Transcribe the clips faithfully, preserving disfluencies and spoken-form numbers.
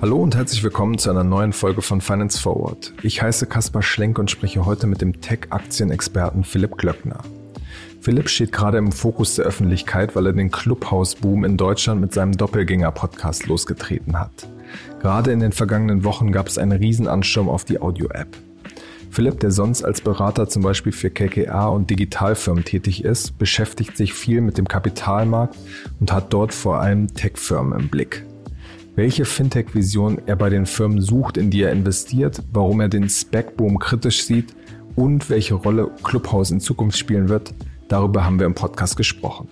Hallo und herzlich willkommen zu einer neuen Folge von Finance Forward. Ich heiße Kaspar Schlenk und spreche heute mit dem Tech-Aktienexperten Philipp Glöckner. Philipp steht gerade im Fokus der Öffentlichkeit, weil er den Clubhouse-Boom in Deutschland mit seinem Doppelgänger-Podcast losgetreten hat. Gerade in den vergangenen Wochen gab es einen Riesenansturm auf die Audio-App. Philipp, der sonst als Berater zum Beispiel für K K R und Digitalfirmen tätig ist, beschäftigt sich viel mit dem Kapitalmarkt und hat dort vor allem Tech-Firmen im Blick. Welche Fintech-Vision er bei den Firmen sucht, in die er investiert, warum er den SPAC-Boom kritisch sieht und welche Rolle Clubhouse in Zukunft spielen wird, darüber haben wir im Podcast gesprochen.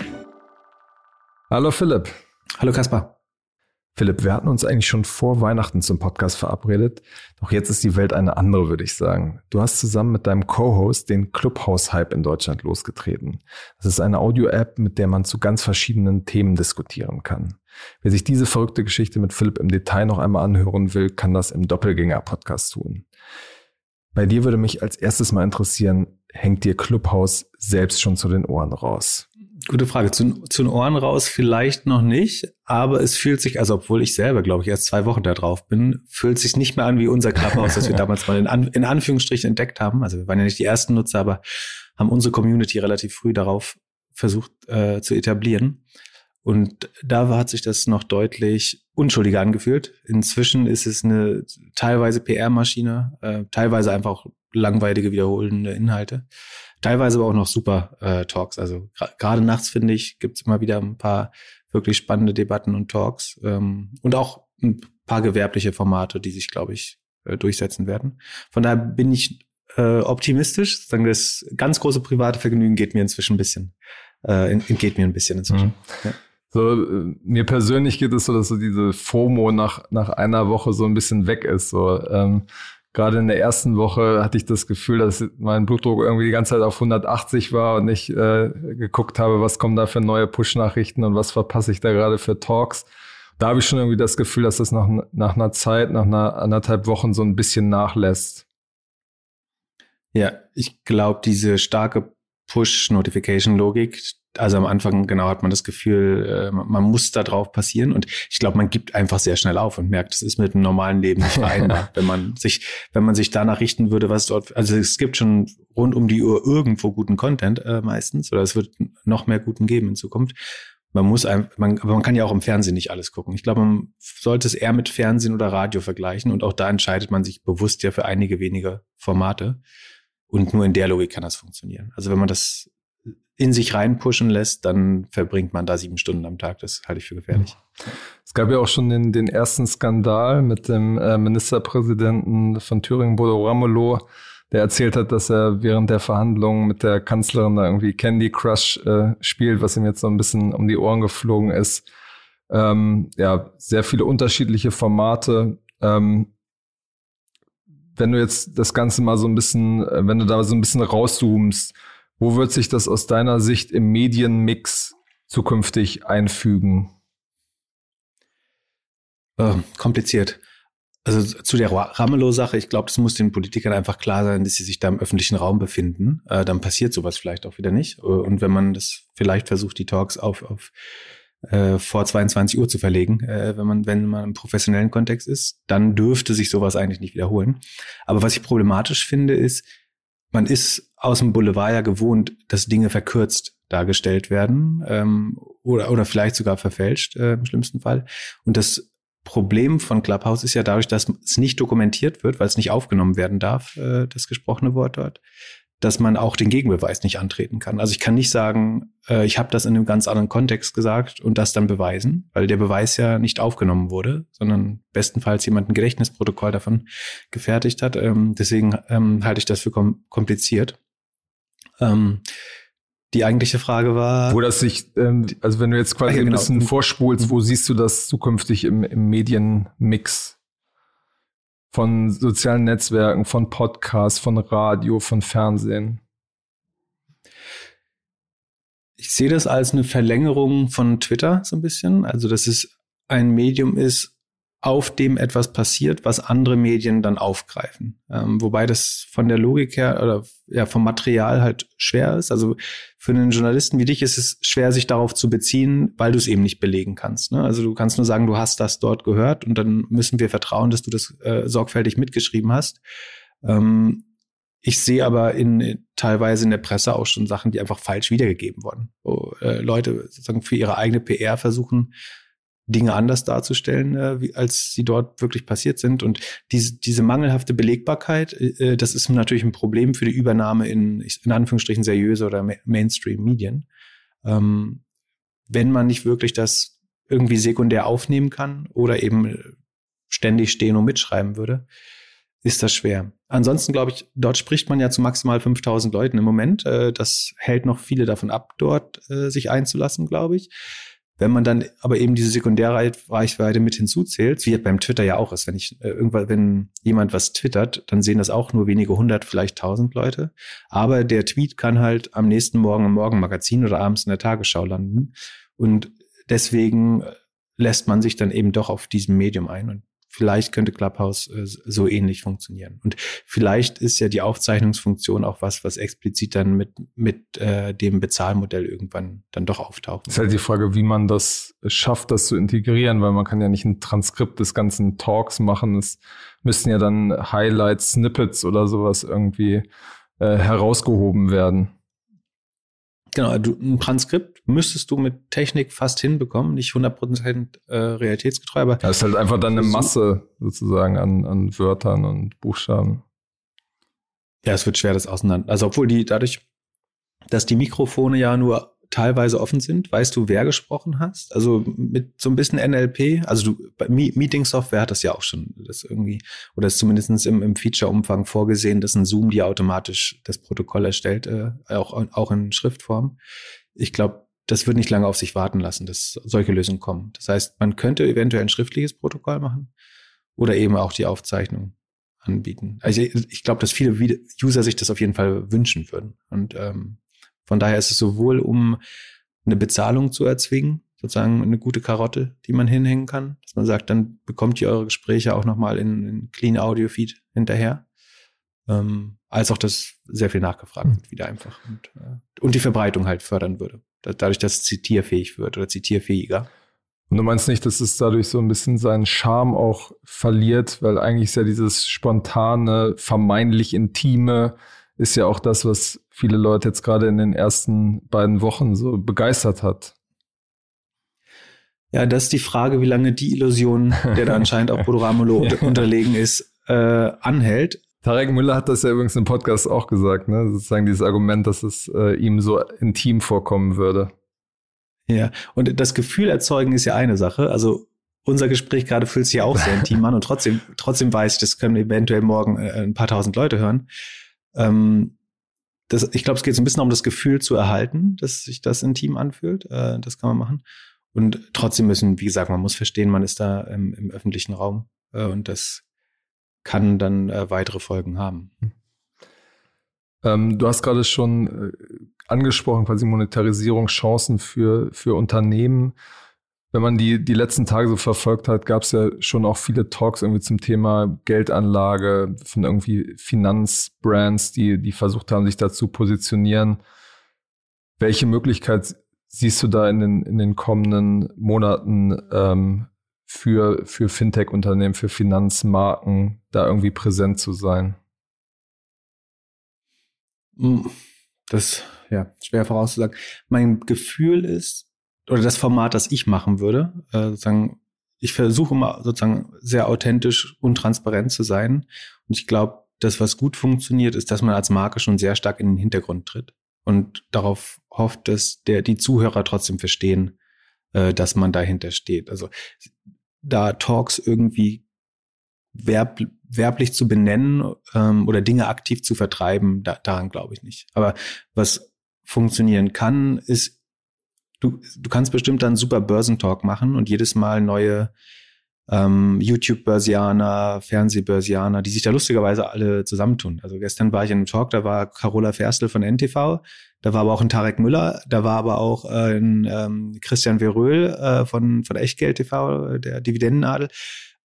Hallo Philipp. Hallo Kaspar. Philipp, wir hatten uns eigentlich schon vor Weihnachten zum Podcast verabredet, doch jetzt ist die Welt eine andere, würde ich sagen. Du hast zusammen mit deinem Co-Host den Clubhouse-Hype in Deutschland losgetreten. Das ist eine Audio-App, mit der man zu ganz verschiedenen Themen diskutieren kann. Wer sich diese verrückte Geschichte mit Philipp im Detail noch einmal anhören will, kann das im Doppelgänger-Podcast tun. Bei dir würde mich als erstes mal interessieren, hängt dir Clubhouse selbst schon zu den Ohren raus? Gute Frage. Zu, zu den Ohren raus vielleicht noch nicht, aber es fühlt sich, also obwohl ich selber, glaube ich, erst zwei Wochen da drauf bin, fühlt sich nicht mehr an wie unser Clubhouse, das wir damals mal in, An- in Anführungsstrichen entdeckt haben. Also wir waren ja nicht die ersten Nutzer, aber haben unsere Community relativ früh darauf versucht äh, zu etablieren. Und da hat sich das noch deutlich unschuldiger angefühlt. Inzwischen ist es eine teilweise P R-Maschine, äh, teilweise einfach auch langweilige, wiederholende Inhalte. Teilweise aber auch noch super äh, Talks. Also gerade nachts, finde ich, gibt es immer wieder ein paar wirklich spannende Debatten und Talks. Ähm, und auch ein paar gewerbliche Formate, die sich, glaube ich, äh, durchsetzen werden. Von daher bin ich äh, optimistisch. Sagen, das ganz große private Vergnügen geht mir inzwischen ein bisschen. Äh, entgeht mir ein bisschen inzwischen. Mhm. Ja. So, mir persönlich geht es so, dass so diese FOMO nach, nach einer Woche so ein bisschen weg ist. So, ähm, Gerade in der ersten Woche hatte ich das Gefühl, dass mein Blutdruck irgendwie die ganze Zeit auf hundertachtzig war und ich äh, geguckt habe, was kommen da für neue Push-Nachrichten und was verpasse ich da gerade für Talks. Da habe ich schon irgendwie das Gefühl, dass das nach, nach einer Zeit, nach einer anderthalb Wochen so ein bisschen nachlässt. Ja, ich glaube, diese starke Push-Notification-Logik, also am Anfang genau hat man das Gefühl, äh, man muss da drauf passieren und ich glaube, man gibt einfach sehr schnell auf und merkt, das ist mit dem normalen Leben nicht vereinbar, wenn man sich, wenn man sich danach richten würde, was dort, also es gibt schon rund um die Uhr irgendwo guten Content äh, meistens oder es wird noch mehr guten geben in Zukunft. Man muss einfach, man, aber man kann ja auch im Fernsehen nicht alles gucken. Ich glaube, man sollte es eher mit Fernsehen oder Radio vergleichen und auch da entscheidet man sich bewusst ja für einige wenige Formate und nur in der Logik kann das funktionieren. Also wenn man das in sich reinpushen lässt, dann verbringt man da sieben Stunden am Tag. Das halte ich für gefährlich. Es gab ja auch schon den, den ersten Skandal mit dem äh, Ministerpräsidenten von Thüringen, Bodo Ramelow, der erzählt hat, dass er während der Verhandlungen mit der Kanzlerin da irgendwie Candy Crush äh, spielt, was ihm jetzt so ein bisschen um die Ohren geflogen ist. Ähm, ja, sehr viele unterschiedliche Formate. Ähm, wenn du jetzt das Ganze mal so ein bisschen, wenn du da so ein bisschen rauszoomst, wo wird sich das aus deiner Sicht im Medienmix zukünftig einfügen? Äh, kompliziert. Also zu der Ramelow-Sache, ich glaube, das muss den Politikern einfach klar sein, dass sie sich da im öffentlichen Raum befinden. Äh, dann passiert sowas vielleicht auch wieder nicht. Und wenn man das vielleicht versucht, die Talks auf, auf äh, vor zweiundzwanzig Uhr zu verlegen, äh, wenn man, wenn man im professionellen Kontext ist, dann dürfte sich sowas eigentlich nicht wiederholen. Aber was ich problematisch finde, ist, man ist aus dem Boulevard ja gewohnt, dass Dinge verkürzt dargestellt werden ähm, oder oder vielleicht sogar verfälscht äh, im schlimmsten Fall. Und das Problem von Clubhouse ist ja dadurch, dass es nicht dokumentiert wird, weil es nicht aufgenommen werden darf, äh, das gesprochene Wort dort, dass man auch den Gegenbeweis nicht antreten kann. Also ich kann nicht sagen, äh, ich habe das in einem ganz anderen Kontext gesagt und das dann beweisen, weil der Beweis ja nicht aufgenommen wurde, sondern bestenfalls jemand ein Gedächtnisprotokoll davon gefertigt hat. Ähm, deswegen ähm, halte ich das für kom- kompliziert. Ähm, die eigentliche Frage war... Wo das sich, ähm, also wenn du jetzt quasi ja, genau. ein bisschen vorspulst, wo siehst du das zukünftig im, im Medienmix? Von sozialen Netzwerken, von Podcasts, von Radio, von Fernsehen? Ich sehe das als eine Verlängerung von Twitter so ein bisschen. Also, dass es ein Medium ist, auf dem etwas passiert, was andere Medien dann aufgreifen. Ähm, wobei das von der Logik her oder ja vom Material halt schwer ist. Also für einen Journalisten wie dich ist es schwer, sich darauf zu beziehen, weil du es eben nicht belegen kannst. Ne? Also du kannst nur sagen, du hast das dort gehört und dann müssen wir vertrauen, dass du das äh, sorgfältig mitgeschrieben hast. Ähm, ich sehe aber in teilweise in der Presse auch schon Sachen, die einfach falsch wiedergegeben wurden. Wo äh, Leute sozusagen für ihre eigene P R versuchen, Dinge anders darzustellen, äh, wie, als sie dort wirklich passiert sind. Und diese, diese mangelhafte Belegbarkeit, äh, das ist natürlich ein Problem für die Übernahme in, in Anführungsstrichen, seriöse oder Ma- Mainstream-Medien. Ähm, wenn man nicht wirklich das irgendwie sekundär aufnehmen kann oder eben ständig stehen und mitschreiben würde, ist das schwer. Ansonsten glaube ich, dort spricht man ja zu maximal fünftausend Leuten im Moment. Äh, das hält noch viele davon ab, dort äh, sich einzulassen, glaube ich. Wenn man dann aber eben diese Sekundärreichweite mit hinzuzählt, wie beim Twitter ja auch ist, wenn ich äh, irgendwann, wenn jemand was twittert, dann sehen das auch nur wenige hundert, vielleicht tausend Leute. Aber der Tweet kann halt am nächsten Morgen im Morgenmagazin oder abends in der Tagesschau landen. Und deswegen lässt man sich dann eben doch auf diesem Medium ein. Und vielleicht könnte Clubhouse äh, so ähnlich funktionieren. Und vielleicht ist ja die Aufzeichnungsfunktion auch was, was explizit dann mit mit äh, dem Bezahlmodell irgendwann dann doch auftaucht. Ist halt die Frage, wie man das schafft, das zu integrieren, weil man kann ja nicht ein Transkript des ganzen Talks machen. Es müssten ja dann Highlights, Snippets oder sowas irgendwie äh, herausgehoben werden. Genau, du, ein Transkript müsstest du mit Technik fast hinbekommen, nicht hundert Prozent äh, realitätsgetreu, aber das ist halt einfach dann eine Masse sozusagen an, an Wörtern und Buchstaben. Ja, es wird schwer, das auseinander. Also obwohl die dadurch, dass die Mikrofone ja nur teilweise offen sind, weißt du, wer gesprochen hast. Also mit so ein bisschen N L P, also du, bei Meeting-Software hat das ja auch schon, das irgendwie, oder ist zumindest im, im Feature-Umfang vorgesehen, dass ein Zoom dir automatisch das Protokoll erstellt, äh, auch, auch in Schriftform. Ich glaube, das wird nicht lange auf sich warten lassen, dass solche Lösungen kommen. Das heißt, man könnte eventuell ein schriftliches Protokoll machen oder eben auch die Aufzeichnung anbieten. Also ich, ich glaube, dass viele User sich das auf jeden Fall wünschen würden. Und ähm, von daher ist es sowohl, um eine Bezahlung zu erzwingen, sozusagen eine gute Karotte, die man hinhängen kann, dass man sagt, dann bekommt ihr eure Gespräche auch nochmal in, in Clean Audio Feed hinterher, ähm, als auch, dass sehr viel nachgefragt wird wieder einfach und, äh, und die Verbreitung halt fördern würde, dadurch, dass es zitierfähig wird oder zitierfähiger. Und du meinst nicht, dass es dadurch so ein bisschen seinen Charme auch verliert, weil eigentlich ist ja dieses spontane, vermeintlich intime ist ja auch das, was viele Leute jetzt gerade in den ersten beiden Wochen so begeistert hat. Ja, das ist die Frage, wie lange die Illusion, der da anscheinend auch Bodo Ramelow ja. unterlegen ist, äh, anhält. Tarek Müller hat das ja übrigens im Podcast auch gesagt, ne? Sozusagen dieses Argument, dass es äh, ihm so intim vorkommen würde. Ja, und das Gefühl erzeugen ist ja eine Sache. Also unser Gespräch gerade fühlt sich ja auch sehr intim an und trotzdem, trotzdem weiß ich, das können eventuell morgen äh, ein paar tausend Leute hören. Ähm, das, ich glaube, es geht so ein bisschen um das Gefühl zu erhalten, dass sich das intim anfühlt. Äh, das kann man machen. Und trotzdem müssen, wie gesagt, man muss verstehen, man ist da im, im öffentlichen Raum äh, und das kann dann äh, weitere Folgen haben. Ähm, du hast gerade schon äh, angesprochen, quasi Monetarisierungschancen für, für Unternehmen. Wenn man die, die letzten Tage so verfolgt hat, gab es ja schon auch viele Talks irgendwie zum Thema Geldanlage von irgendwie Finanzbrands, die, die versucht haben, sich da zu positionieren. Welche Möglichkeit siehst du da in den, in den kommenden Monaten ähm, für, für Fintech-Unternehmen, für Finanzmarken, da irgendwie präsent zu sein? Das ist ja schwer vorauszusagen. Mein Gefühl ist, oder das Format, das ich machen würde, äh, sozusagen, ich versuche immer sozusagen sehr authentisch und transparent zu sein. Und ich glaube, das, was gut funktioniert, ist, dass man als Marke schon sehr stark in den Hintergrund tritt und darauf hofft, dass der die Zuhörer trotzdem verstehen, äh, dass man dahinter steht. Also da Talks irgendwie verb, werblich zu benennen ähm, oder Dinge aktiv zu vertreiben, da, daran glaube ich nicht. Aber was funktionieren kann, ist, Du, du kannst bestimmt dann super Börsentalk machen und jedes Mal neue ähm, YouTube-Börsianer, Fernsehbörsianer, die sich da lustigerweise alle zusammentun. Also gestern war ich in einem Talk, da war Carola Ferstl von N T V, da war aber auch ein Tarek Müller, da war aber auch äh, ein ähm, Christian Veröhl äh, von, von Echtgeld T V, der Dividendenadel.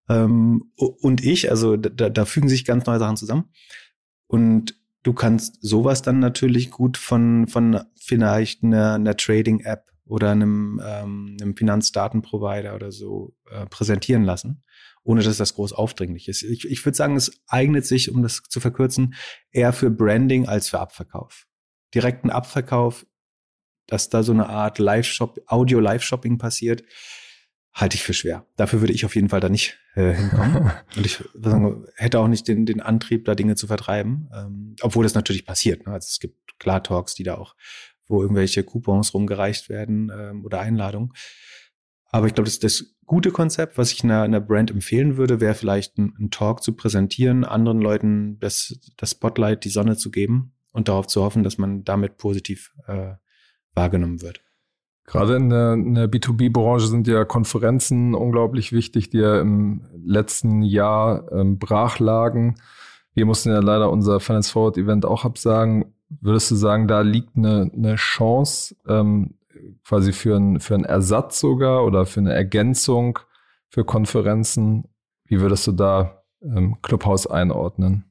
ähm, und ich, also da, da fügen sich ganz neue Sachen zusammen. Und du kannst sowas dann natürlich gut von, von vielleicht einer, einer Trading-App oder einem, ähm, einem Finanzdatenprovider oder so äh, präsentieren lassen, ohne dass das groß aufdringlich ist. Ich, ich würde sagen, es eignet sich, um das zu verkürzen, eher für Branding als für Abverkauf. Direkten Abverkauf, dass da so eine Art Live-Shop, Audio-Live-Shopping passiert, halte ich für schwer. Dafür würde ich auf jeden Fall da nicht äh, hinkommen. Und ich sagen, hätte auch nicht den, den Antrieb, da Dinge zu vertreiben, ähm, obwohl das natürlich passiert. Ne? Also es gibt Klartalks, die da auch, wo irgendwelche Coupons rumgereicht werden ähm, oder Einladungen. Aber ich glaube, das, das gute Konzept, was ich einer, einer Brand empfehlen würde, wäre vielleicht ein, ein Talk zu präsentieren, anderen Leuten das, das Spotlight, die Sonne zu geben und darauf zu hoffen, dass man damit positiv äh, wahrgenommen wird. Gerade in der, in der B zwei B-Branche sind ja Konferenzen unglaublich wichtig, die ja im letzten Jahr ähm, brach lagen. Wir mussten ja leider unser Finance Forward Event auch absagen. Würdest du sagen, da liegt eine, eine Chance ähm, quasi für, ein, für einen Ersatz sogar oder für eine Ergänzung für Konferenzen? Wie würdest du da ähm, Clubhouse einordnen?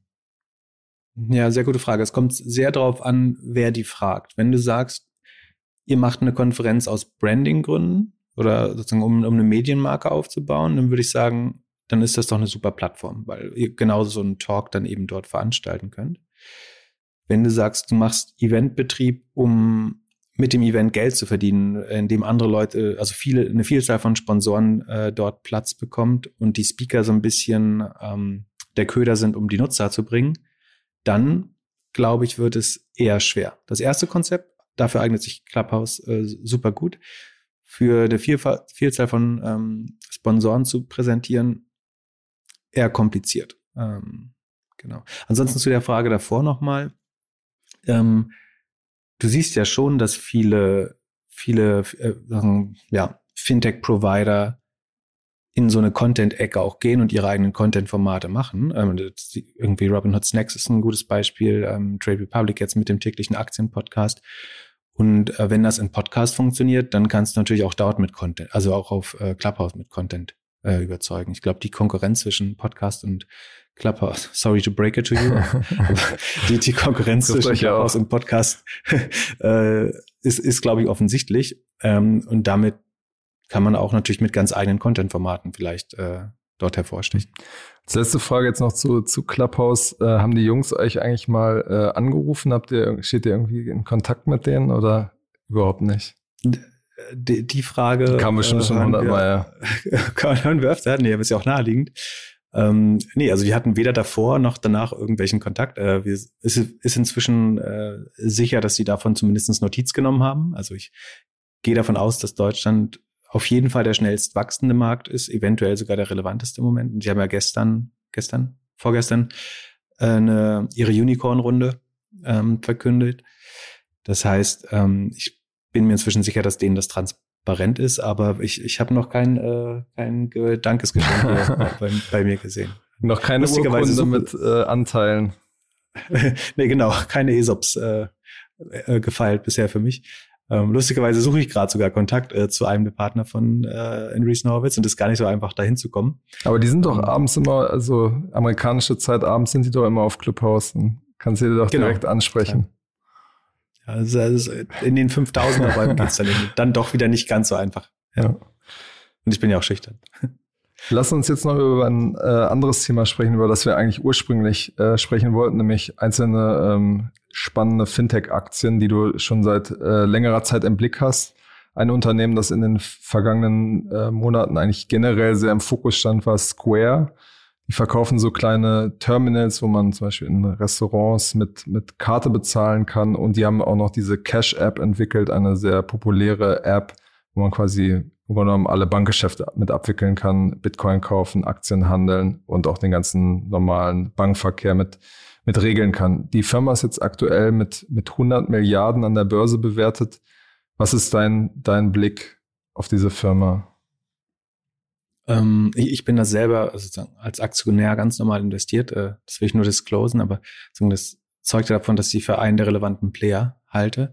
Ja, sehr gute Frage. Es kommt sehr darauf an, wer die fragt. Wenn du sagst, ihr macht eine Konferenz aus Branding-Gründen oder sozusagen um, um eine Medienmarke aufzubauen, dann würde ich sagen, dann ist das doch eine super Plattform, weil ihr genauso so einen Talk dann eben dort veranstalten könnt. Wenn du sagst, du machst Eventbetrieb, um mit dem Event Geld zu verdienen, indem andere Leute, also viele, eine Vielzahl von Sponsoren äh, dort Platz bekommt und die Speaker so ein bisschen ähm, der Köder sind, um die Nutzer zu bringen, dann, glaube ich, wird es eher schwer. Das erste Konzept, dafür eignet sich Clubhouse äh, super gut. Für eine Vielfalt, Vielzahl von ähm, Sponsoren zu präsentieren, eher kompliziert. Ähm, genau. Ansonsten zu der Frage davor nochmal. Ähm, du siehst ja schon, dass viele, viele äh, ja, Fintech-Provider in so eine Content-Ecke auch gehen und ihre eigenen Content-Formate machen. Ähm, irgendwie Robinhood Snacks ist ein gutes Beispiel, ähm, Trade Republic jetzt mit dem täglichen Aktien-Podcast. Und äh, wenn das in Podcast funktioniert, dann kannst du natürlich auch dort mit Content, also auch auf äh, Clubhouse mit Content äh, überzeugen. Ich glaube, die Konkurrenz zwischen Podcast und Clubhouse, sorry to break it to you, die, die Konkurrenz zwischen Clubhouse und Podcast äh, ist, ist glaube ich, offensichtlich. Ähm, und damit kann man auch natürlich mit ganz eigenen Content-Formaten vielleicht äh, dort hervorstechen. Als letzte Frage jetzt noch zu, zu Clubhouse. Äh, haben die Jungs euch eigentlich mal äh, angerufen? Habt ihr, steht ihr irgendwie in Kontakt mit denen oder überhaupt nicht? Die, die Frage die kam bestimmt äh, schon hundertmal, ja. Hören wir öfter? Nee, aber ist ja auch naheliegend. Ähm, nee, also wir hatten weder davor noch danach irgendwelchen Kontakt. Äh, wir, ist, ist inzwischen äh, sicher, dass sie davon zumindest Notiz genommen haben. Also ich gehe davon aus, dass Deutschland auf jeden Fall der schnellst wachsende Markt ist, eventuell sogar der relevanteste im Moment. Und sie haben ja gestern, gestern, vorgestern äh, eine, ihre Unicorn-Runde ähm, verkündet. Das heißt, ähm, ich bin mir inzwischen sicher, dass denen das transparent ist, aber ich, ich habe noch kein, äh, kein Dankesgeschenk bei, bei mir gesehen. Noch keine Urkunde mit äh, Anteilen. Nee, genau, keine E S O Ps äh, äh, gefeilt bisher für mich. Ähm, lustigerweise suche ich gerade sogar Kontakt äh, zu einem der Partner von äh, Andreessen Horowitz und es ist gar nicht so einfach, dahin zu kommen. Aber die sind doch um, abends immer, also amerikanische Zeit abends sind die doch immer auf Clubhouse. Kannst du dir doch genau. direkt ansprechen. Ja, also, also in den fünftausender Räumen geht's dann, dann doch wieder nicht ganz so einfach. Ja. Ja. Und ich bin ja auch schüchtern. Lass uns jetzt noch über ein äh, anderes Thema sprechen, über das wir eigentlich ursprünglich äh, sprechen wollten, nämlich einzelne ähm, spannende Fintech-Aktien, die du schon seit äh, längerer Zeit im Blick hast. Ein Unternehmen, das in den vergangenen äh, Monaten eigentlich generell sehr im Fokus stand, war Square. Die verkaufen so kleine Terminals, wo man zum Beispiel in Restaurants mit mit Karte bezahlen kann. Und die haben auch noch diese Cash-App entwickelt, eine sehr populäre App, wo man quasi im Grunde genommen alle Bankgeschäfte mit abwickeln kann, Bitcoin kaufen, Aktien handeln und auch den ganzen normalen Bankverkehr mit, mit regeln kann. Die Firma ist jetzt aktuell mit, mit hundert Milliarden an der Börse bewertet. Was ist dein, dein Blick auf diese Firma? Ähm, ich bin da selber also als Aktionär ganz normal investiert. Äh, das will ich nur disclosen, aber das zeugt ja davon, dass ich für einen der relevanten Player halte.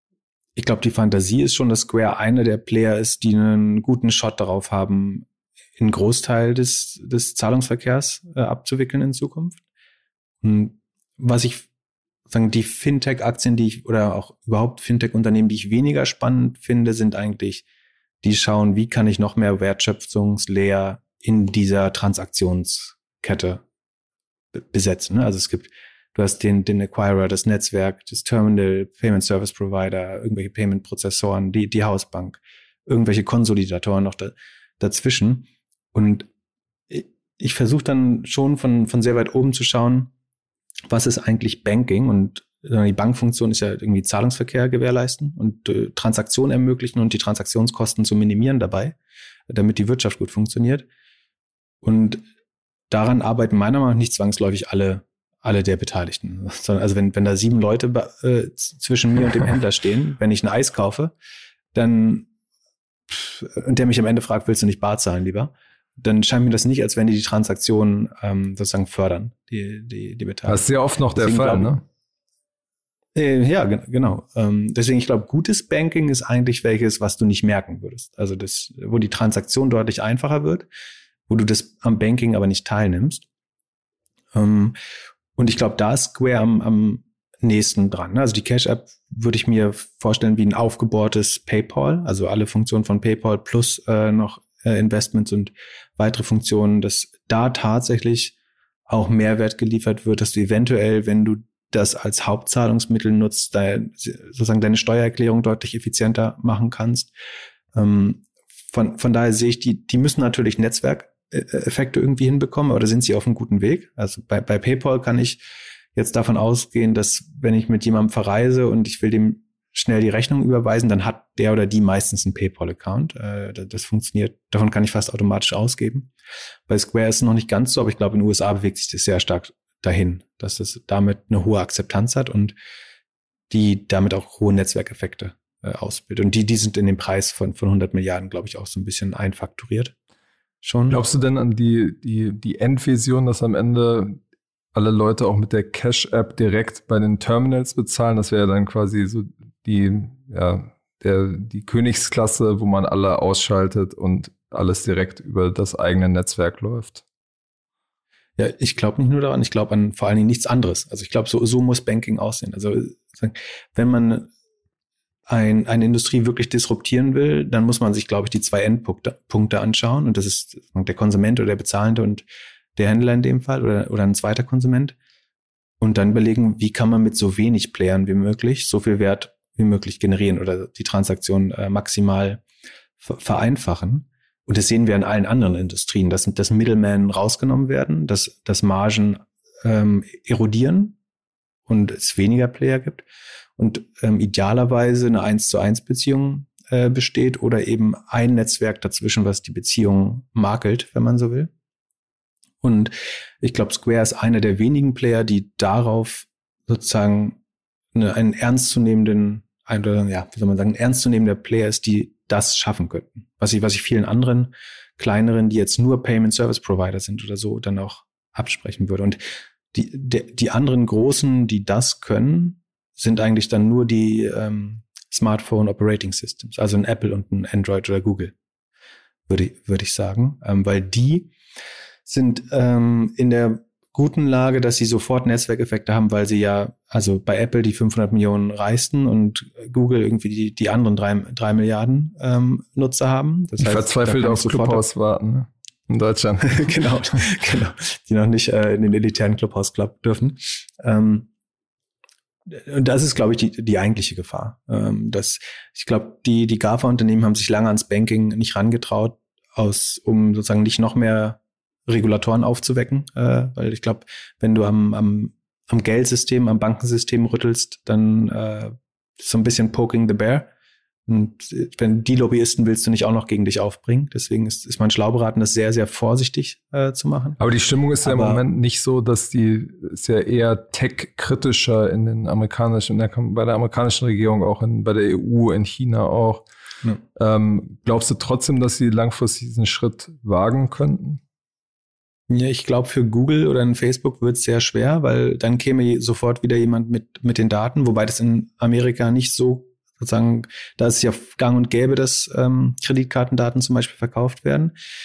Ich glaube, die Fantasie ist schon, dass Square einer der Player ist, die einen guten Shot darauf haben, einen Großteil des, des Zahlungsverkehrs äh, abzuwickeln in Zukunft. Und was ich sagen, die Fintech-Aktien, die ich, oder auch überhaupt Fintech-Unternehmen, die ich weniger spannend finde, sind eigentlich, die schauen, wie kann ich noch mehr Wertschöpfungslayer in dieser Transaktionskette be- besetzen. Also es gibt, du hast den, den Acquirer, das Netzwerk, das Terminal, Payment Service Provider, irgendwelche Payment-Prozessoren, die, die Hausbank, irgendwelche Konsolidatoren noch da, dazwischen. Und ich, ich versuche dann schon von, von sehr weit oben zu schauen, was ist eigentlich Banking? Und die Bankfunktion ist ja irgendwie Zahlungsverkehr gewährleisten und äh, Transaktionen ermöglichen und die Transaktionskosten zu minimieren dabei, damit die Wirtschaft gut funktioniert. Und daran arbeiten meiner Meinung nach nicht zwangsläufig alle, alle der Beteiligten. Sondern also wenn, wenn da sieben Leute äh, zwischen mir und dem Händler stehen, wenn ich ein Eis kaufe, dann und der mich am Ende fragt, willst du nicht bar zahlen lieber? Dann scheint mir das nicht, als wenn die die Transaktion ähm, sozusagen fördern, die, die, die Beteiligten. Das ist sehr oft noch der Fall, ne? Äh, ja, g- genau. Ähm, deswegen, ich glaube, gutes Banking ist eigentlich welches, was du nicht merken würdest. Also das, wo die Transaktion deutlich einfacher wird, wo du das am Banking aber nicht teilnimmst. Ähm, und ich glaube, da ist Square am, am nächsten dran. Also die Cash-App würde ich mir vorstellen wie ein aufgebohrtes PayPal, also alle Funktionen von PayPal plus äh, noch äh, Investments und weitere Funktionen, dass da tatsächlich auch Mehrwert geliefert wird, dass du eventuell, wenn du das als Hauptzahlungsmittel nutzt, dein, sozusagen deine Steuererklärung deutlich effizienter machen kannst. Ähm, von, von daher sehe ich, die, die müssen natürlich Netzwerkeffekte irgendwie hinbekommen, aber da sind sie auf einem guten Weg. Also bei, bei PayPal kann ich jetzt davon ausgehen, dass wenn ich mit jemandem verreise und ich will dem schnell die Rechnung überweisen, dann hat der oder die meistens einen PayPal-Account. Äh, das funktioniert, davon kann ich fast automatisch ausgeben. Bei Square ist es noch nicht ganz so, aber ich glaube, in den U S A bewegt sich das sehr stark dahin, dass es damit eine hohe Akzeptanz hat und die damit auch hohe Netzwerkeffekte äh, ausbildet. Und die, die sind in dem Preis von, von hundert Milliarden, glaube ich, auch so ein bisschen einfakturiert. Schon. Glaubst du denn an die, die, die Endvision, dass am Ende alle Leute auch mit der Cash-App direkt bei den Terminals bezahlen? Das wäre dann quasi so die, ja, der, die Königsklasse, wo man alle ausschaltet und alles direkt über das eigene Netzwerk läuft. Ja, ich glaube nicht nur daran, ich glaube an vor allen Dingen nichts anderes. Also ich glaube, so, so muss Banking aussehen. Also wenn man ein, eine Industrie wirklich disruptieren will, dann muss man sich, glaube ich, die zwei Endpunkte Punkte anschauen. Und das ist der Konsument oder der Bezahlende und der Händler in dem Fall oder, oder ein zweiter Konsument. Und dann überlegen, wie kann man mit so wenig Playern wie möglich so viel Wert wie möglich generieren oder die Transaktion äh, maximal ver- vereinfachen. Und das sehen wir in allen anderen Industrien, dass, dass Middlemen rausgenommen werden, dass, dass Margen ähm, erodieren und es weniger Player gibt und ähm, idealerweise eine eins zu eins Beziehung äh, besteht oder eben ein Netzwerk dazwischen, was die Beziehung makelt, wenn man so will. Und ich glaube, Square ist einer der wenigen Player, die darauf sozusagen eine, einen ernstzunehmenden, ein, oder, ja, wie soll man sagen, ein ernstzunehmender Player ist, die das schaffen könnten. Was ich, was ich vielen anderen kleineren, die jetzt nur Payment Service Provider sind oder so, dann auch absprechen würde. Und die, die, die anderen Großen, die das können, sind eigentlich dann nur die ähm, Smartphone Operating Systems, also ein Apple und ein Android oder Google, würde, würde ich sagen. Ähm, weil die sind ähm, in der guten Lage, dass sie sofort Netzwerkeffekte haben, weil sie ja, also bei Apple die fünfhundert Millionen reichsten und Google irgendwie die, die anderen drei, drei Milliarden ähm, Nutzer haben. Das ich heißt, verzweifelt auf Clubhouse warten, ne? In Deutschland. genau, genau, die noch nicht äh, in den elitären Clubhouse Club dürfen. Ähm, und das ist, glaube ich, die, die eigentliche Gefahr. Ähm, dass, ich glaube, die, die GAFA-Unternehmen haben sich lange ans Banking nicht rangetraut, aus, um sozusagen nicht noch mehr Regulatoren aufzuwecken, äh, weil ich glaube, wenn du am, am, am Geldsystem, am Bankensystem rüttelst, dann äh, ist so ein bisschen poking the bear. Und wenn die Lobbyisten willst du nicht auch noch gegen dich aufbringen. Deswegen ist, ist man schlau beraten, das sehr, sehr vorsichtig äh, zu machen. Aber die Stimmung ist ja Aber, im Moment nicht so, dass die ist ja eher tech-kritischer in den amerikanischen, in der, bei der amerikanischen Regierung, auch in, bei der E U, in China auch. Ja. Ähm, glaubst du trotzdem, dass sie langfristig diesen Schritt wagen könnten? Ja, ich glaube, für Google oder in Facebook wird es sehr schwer, weil dann käme sofort wieder jemand mit mit den Daten, wobei das in Amerika nicht so sozusagen, da ist es ja gang und gäbe, dass ähm, Kreditkartendaten zum Beispiel verkauft werden.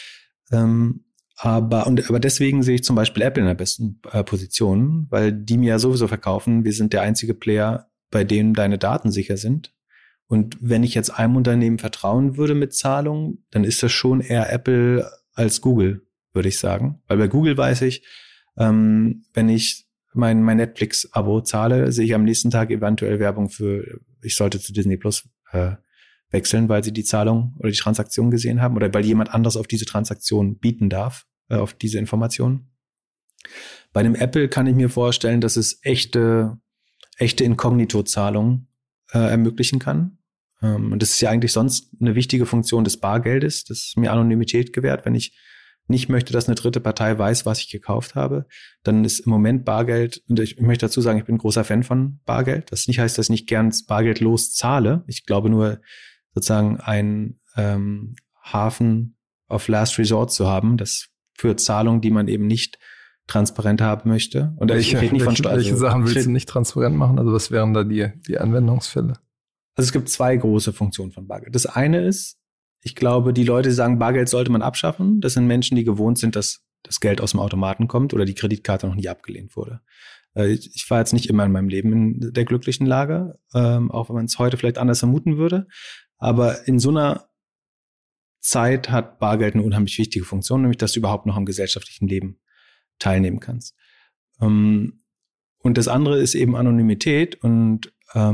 Ähm, aber, und, aber deswegen sehe ich zum Beispiel Apple in der besten äh, Position, weil die mir ja sowieso verkaufen, wir sind der einzige Player, bei dem deine Daten sicher sind. Und wenn ich jetzt einem Unternehmen vertrauen würde mit Zahlungen, dann ist das schon eher Apple als Google, würde ich sagen. Weil bei Google weiß ich, ähm, wenn ich mein, mein Netflix-Abo zahle, sehe ich am nächsten Tag eventuell Werbung für, ich sollte zu Disney Plus äh, wechseln, weil sie die Zahlung oder die Transaktion gesehen haben oder weil jemand anders auf diese Transaktion bieten darf, äh, auf diese Informationen. Bei einem Apple kann ich mir vorstellen, dass es echte, echte Inkognito-Zahlungen äh, ermöglichen kann. Ähm, und das ist ja eigentlich sonst eine wichtige Funktion des Bargeldes, das mir Anonymität gewährt. Wenn ich nicht möchte, dass eine dritte Partei weiß, was ich gekauft habe, dann ist im Moment Bargeld, und ich möchte dazu sagen, ich bin ein großer Fan von Bargeld. Das nicht heißt, dass ich nicht gern bargeldlos zahle. Ich glaube nur, sozusagen einen ähm, Hafen of Last Resort zu haben, das für Zahlungen, die man eben nicht transparent haben möchte. Und welche, ich rede nicht von welche, Steuern. welche Sachen willst du nicht transparent machen? Also was wären da die, die Anwendungsfälle? Also es gibt zwei große Funktionen von Bargeld. Das eine ist, ich glaube, die Leute sagen, Bargeld sollte man abschaffen. Das sind Menschen, die gewohnt sind, dass das Geld aus dem Automaten kommt oder die Kreditkarte noch nie abgelehnt wurde. Ich war jetzt nicht immer in meinem Leben in der glücklichen Lage, auch wenn man es heute vielleicht anders vermuten würde. Aber in so einer Zeit hat Bargeld eine unheimlich wichtige Funktion, nämlich dass du überhaupt noch am gesellschaftlichen Leben teilnehmen kannst. Und das andere ist eben Anonymität. Und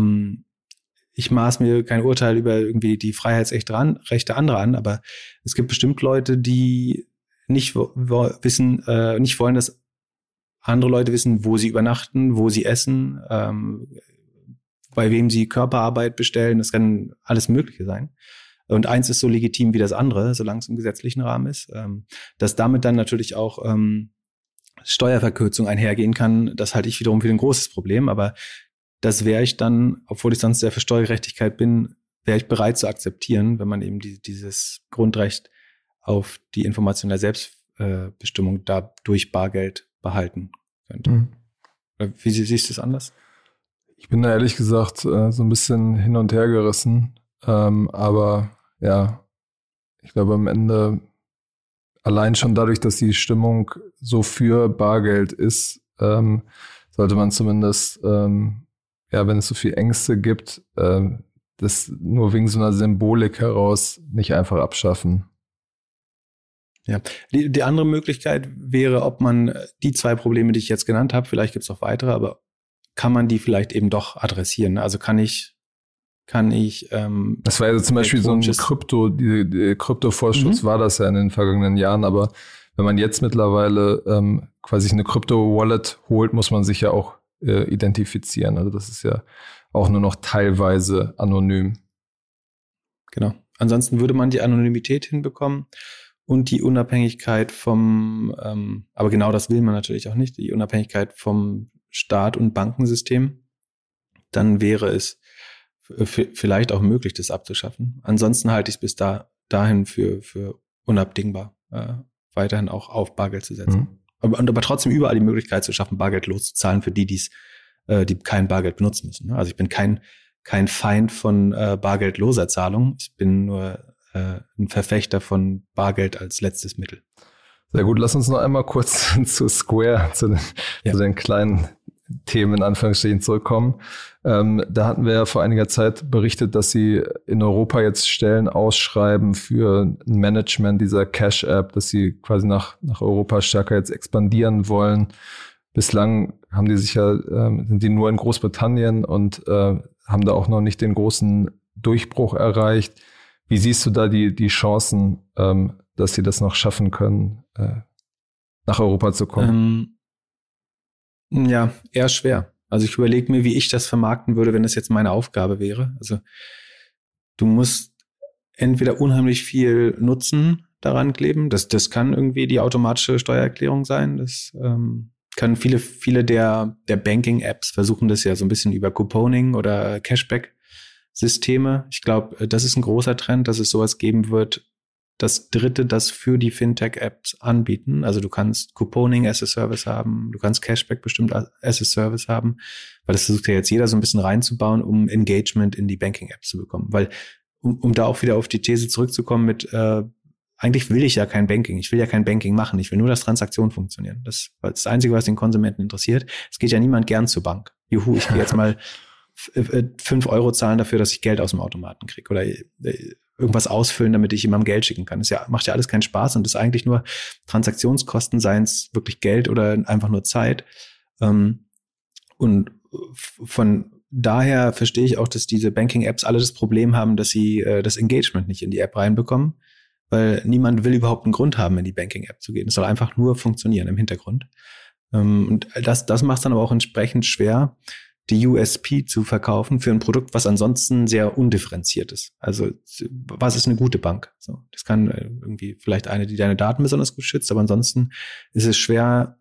ich maß mir kein Urteil über irgendwie die Freiheitsrechte anderer an, aber es gibt bestimmt Leute, die nicht wissen, nicht wollen, dass andere Leute wissen, wo sie übernachten, wo sie essen, bei wem sie Körperarbeit bestellen. Das kann alles Mögliche sein. Und eins ist so legitim wie das andere, solange es im gesetzlichen Rahmen ist. Ähm, dass damit dann natürlich auch ähm, Steuerverkürzung einhergehen kann, das halte ich wiederum für ein großes Problem. Aber das wäre ich dann, obwohl ich sonst sehr für Steuergerechtigkeit bin, wäre ich bereit zu akzeptieren, wenn man eben die, dieses Grundrecht auf die Information der Selbstbestimmung äh, da durch Bargeld behalten könnte. Mhm. Wie siehst du es anders? Ich bin da ehrlich gesagt äh, so ein bisschen hin und her gerissen. Ähm, aber ja, ich glaube am Ende allein schon dadurch, dass die Stimmung so für Bargeld ist, ähm, sollte man zumindest, ähm, ja, wenn es so viel Ängste gibt, ähm, das nur wegen so einer Symbolik heraus nicht einfach abschaffen. Ja, die, die andere Möglichkeit wäre, ob man die zwei Probleme, die ich jetzt genannt habe, vielleicht gibt es noch weitere, aber kann man die vielleicht eben doch adressieren? Also kann ich, kann ich. Ähm, das war ja also zum Beispiel so ein Krypto, die, die Kryptovorschuss mhm. war das ja in den vergangenen Jahren, aber wenn man jetzt mittlerweile ähm, quasi eine Krypto-Wallet holt, muss man sich ja auch äh, identifizieren. Also das ist ja auch nur noch teilweise anonym. Genau. Ansonsten würde man die Anonymität hinbekommen und die Unabhängigkeit vom, ähm, aber genau das will man natürlich auch nicht, die Unabhängigkeit vom Staat und Bankensystem, dann wäre es f- vielleicht auch möglich, das abzuschaffen. Ansonsten halte ich es bis da, dahin für, für unabdingbar, äh, weiterhin auch auf Bargeld zu setzen. Mhm. Aber, aber trotzdem überall die Möglichkeit zu schaffen, Bargeld loszuzahlen für die, die's, äh, die kein Bargeld benutzen müssen. Also ich bin kein, kein Feind von äh, bargeldloser Zahlung. Ich bin nur äh, ein Verfechter von Bargeld als letztes Mittel. Sehr gut, lass uns noch einmal kurz zu Square, zu den, ja. zu den kleinen Themen in Anführungsstrichen zurückkommen. Ähm, da hatten wir ja vor einiger Zeit berichtet, dass sie in Europa jetzt Stellen ausschreiben für ein Management dieser Cash-App, dass sie quasi nach, nach Europa stärker jetzt expandieren wollen. Bislang haben die sich ja, ähm, sind die nur in Großbritannien und äh, haben da auch noch nicht den großen Durchbruch erreicht. Wie siehst du da die, die Chancen, ähm, dass sie das noch schaffen können, äh, nach Europa zu kommen? Ähm, ja, eher schwer. Also ich überlege mir, wie ich das vermarkten würde, wenn das jetzt meine Aufgabe wäre. Also du musst entweder unheimlich viel Nutzen daran kleben. Das, das kann irgendwie die automatische Steuererklärung sein. Das ähm, können viele, viele der, der Banking-Apps versuchen das ja so ein bisschen über Couponing oder Cashback-Systeme. Ich glaube, das ist ein großer Trend, dass es sowas geben wird, das Dritte, das für die Fintech-Apps anbieten. Also du kannst Couponing as a Service haben, du kannst Cashback bestimmt as a Service haben, weil das versucht ja jetzt jeder so ein bisschen reinzubauen, um Engagement in die Banking-Apps zu bekommen. Weil, um, um da auch wieder auf die These zurückzukommen mit äh, eigentlich will ich ja kein Banking. Ich will ja kein Banking machen. Ich will nur, dass Transaktionen funktionieren. Das ist das Einzige, was den Konsumenten interessiert. Es geht ja niemand gern zur Bank. Juhu, ich gehe jetzt mal fünf Euro zahlen dafür, dass ich Geld aus dem Automaten kriege oder irgendwas ausfüllen, damit ich jemandem Geld schicken kann. Das ja, macht ja alles keinen Spaß und ist eigentlich nur Transaktionskosten, seien es wirklich Geld oder einfach nur Zeit. Und von daher verstehe ich auch, dass diese Banking-Apps alle das Problem haben, dass sie das Engagement nicht in die App reinbekommen, weil niemand will überhaupt einen Grund haben, in die Banking-App zu gehen. Es soll einfach nur funktionieren im Hintergrund. Und das, das macht es dann aber auch entsprechend schwer, die U S P zu verkaufen für ein Produkt, was ansonsten sehr undifferenziert ist. Also was ist eine gute Bank? So, das kann irgendwie vielleicht eine, die deine Daten besonders gut schützt, aber ansonsten ist es schwer,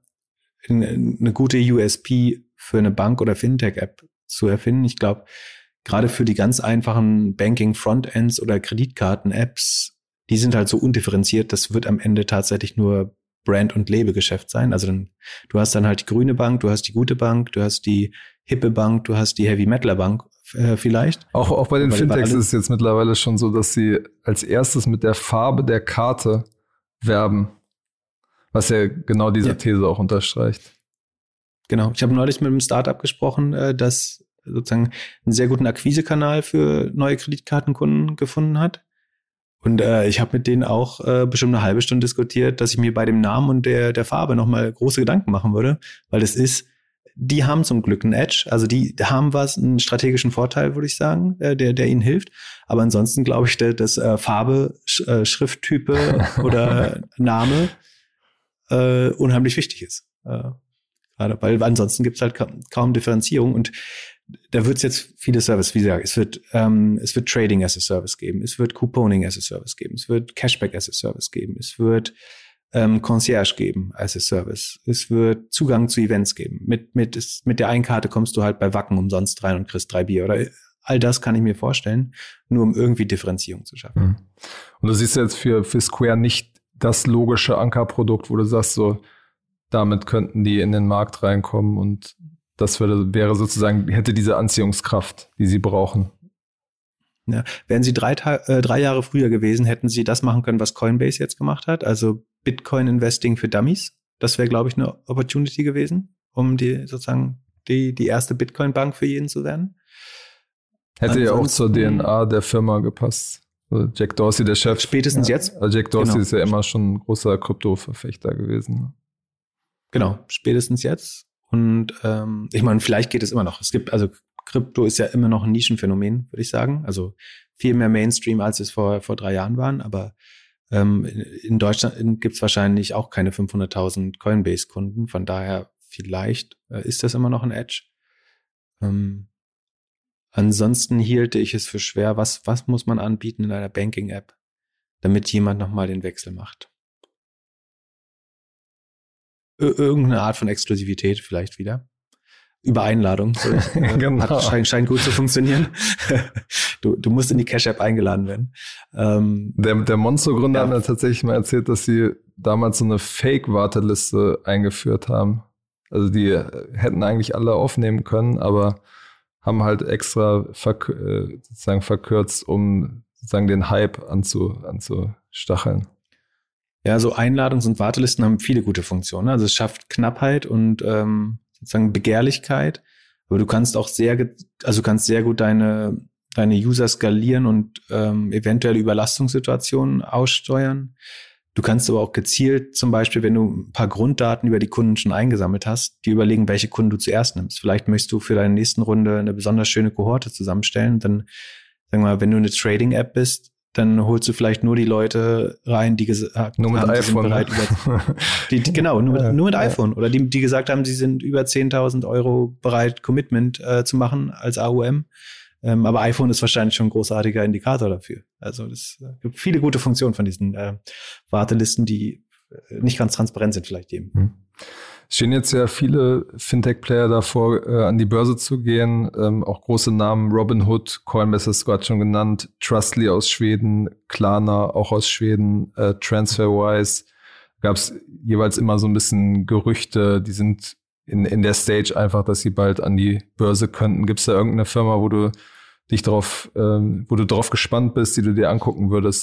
eine gute U S P für eine Bank- oder Fintech-App zu erfinden. Ich glaube, gerade für die ganz einfachen Banking-Frontends oder Kreditkarten-Apps, die sind halt so undifferenziert, das wird am Ende tatsächlich nur Brand- und Lebegeschäft sein. Also dann, du hast dann halt die grüne Bank, du hast die gute Bank, du hast die hippe Bank, du hast die Heavy-Metaler-Bank äh, vielleicht. Auch, auch bei den Weil, Fintechs ist es jetzt mittlerweile schon so, dass sie als erstes mit der Farbe der Karte werben, was ja genau diese ja. These auch unterstreicht. Genau. Ich habe neulich mit einem Startup gesprochen, äh, das sozusagen einen sehr guten Akquisekanal für neue Kreditkartenkunden gefunden hat. Und äh, ich habe mit denen auch äh, bestimmt eine halbe Stunde diskutiert, dass ich mir bei dem Namen und der der Farbe nochmal große Gedanken machen würde, weil das ist, die haben zum Glück einen Edge, also die haben was, einen strategischen Vorteil, würde ich sagen, äh, der der ihnen hilft. Aber ansonsten glaube ich, dass äh, Farbe, Sch- äh, Schrifttype oder Name äh, unheimlich wichtig ist. Äh, gerade, weil ansonsten gibt es halt ka- kaum Differenzierung und da wird es jetzt viele Services, wie gesagt, es wird ähm, es wird Trading as a Service geben, es wird Couponing as a Service geben, es wird Cashback as a Service geben, es wird ähm, Concierge geben as a Service, es wird Zugang zu Events geben. Mit mit ist, mit der einen Karte kommst du halt bei Wacken umsonst rein und kriegst drei Bier oder all das kann ich mir vorstellen, nur um irgendwie Differenzierung zu schaffen. Mhm. Und du siehst jetzt für für Square nicht das logische Ankerprodukt, wo du sagst so, damit könnten die in den Markt reinkommen und das würde, wäre sozusagen, hätte diese Anziehungskraft, die sie brauchen. Ja, wären sie drei, äh, drei Jahre früher gewesen, hätten sie das machen können, was Coinbase jetzt gemacht hat, also Bitcoin-Investing für Dummies. Das wäre, glaube ich, eine Opportunity gewesen, um die sozusagen die, die erste Bitcoin-Bank für jeden zu werden. Hätte ja auch zur D N A der Firma gepasst. Also Jack Dorsey, der Chef. Spätestens ja, jetzt. Also Jack Dorsey genau. ist ja immer schon ein großer Krypto-Verfechter gewesen. Genau, spätestens jetzt. Und ähm, ich meine, vielleicht geht es immer noch. Es gibt, also Krypto ist ja immer noch ein Nischenphänomen, würde ich sagen. Also viel mehr Mainstream, als es vor vor drei Jahren waren. Aber ähm, in Deutschland gibt es wahrscheinlich auch keine fünfhunderttausend Coinbase-Kunden. Von daher vielleicht äh, ist das immer noch ein Edge. Ähm, ansonsten hielte ich es für schwer. Was was muss man anbieten in einer Banking-App, damit jemand nochmal den Wechsel macht? Irgendeine Art von Exklusivität vielleicht wieder. Über Einladung. So, äh, genau. Hat, scheint, scheint gut zu funktionieren. du, du musst in die Cash-App eingeladen werden. Ähm, der der Monzo-Gründer ja. hat mir tatsächlich mal erzählt, dass sie damals so eine Fake-Warteliste eingeführt haben. Also die hätten eigentlich alle aufnehmen können, aber haben halt extra verk- sozusagen verkürzt, um sozusagen den Hype anzu, anzustacheln. Ja, so Einladungs- und Wartelisten haben viele gute Funktionen. Also es schafft Knappheit und ähm, sozusagen Begehrlichkeit. Aber du kannst auch sehr, ge- also du kannst sehr gut deine deine User skalieren und ähm, eventuelle Überlastungssituationen aussteuern. Du kannst aber auch gezielt, zum Beispiel, wenn du ein paar Grunddaten über die Kunden schon eingesammelt hast, dir überlegen, welche Kunden du zuerst nimmst. Vielleicht möchtest du für deine nächsten Runde eine besonders schöne Kohorte zusammenstellen. Dann, sagen wir mal, wenn du eine Trading-App bist, dann holst du vielleicht nur die Leute rein, die gesagt nur mit haben, iPhone, bereit, ne? über, die, die, genau, nur mit, nur mit iPhone. Oder die, die gesagt haben, sie sind über zehntausend Euro bereit, Commitment äh, zu machen als A U M. Ähm, aber iPhone ist wahrscheinlich schon ein großartiger Indikator dafür. Also es äh, gibt viele gute Funktionen von diesen äh, Wartelisten, die äh, nicht ganz transparent sind vielleicht jedem. Hm. Es stehen jetzt ja viele Fintech-Player davor, äh, an die Börse zu gehen. Ähm, auch große Namen, Robinhood, Coinbase hast du gerade schon genannt, Trustly aus Schweden, Klarna auch aus Schweden, äh, TransferWise. Gab es jeweils immer so ein bisschen Gerüchte, die sind in, in der Stage einfach, dass sie bald an die Börse könnten. Gibt es da irgendeine Firma, wo du dich drauf, ähm, wo du drauf gespannt bist, die du dir angucken würdest, auch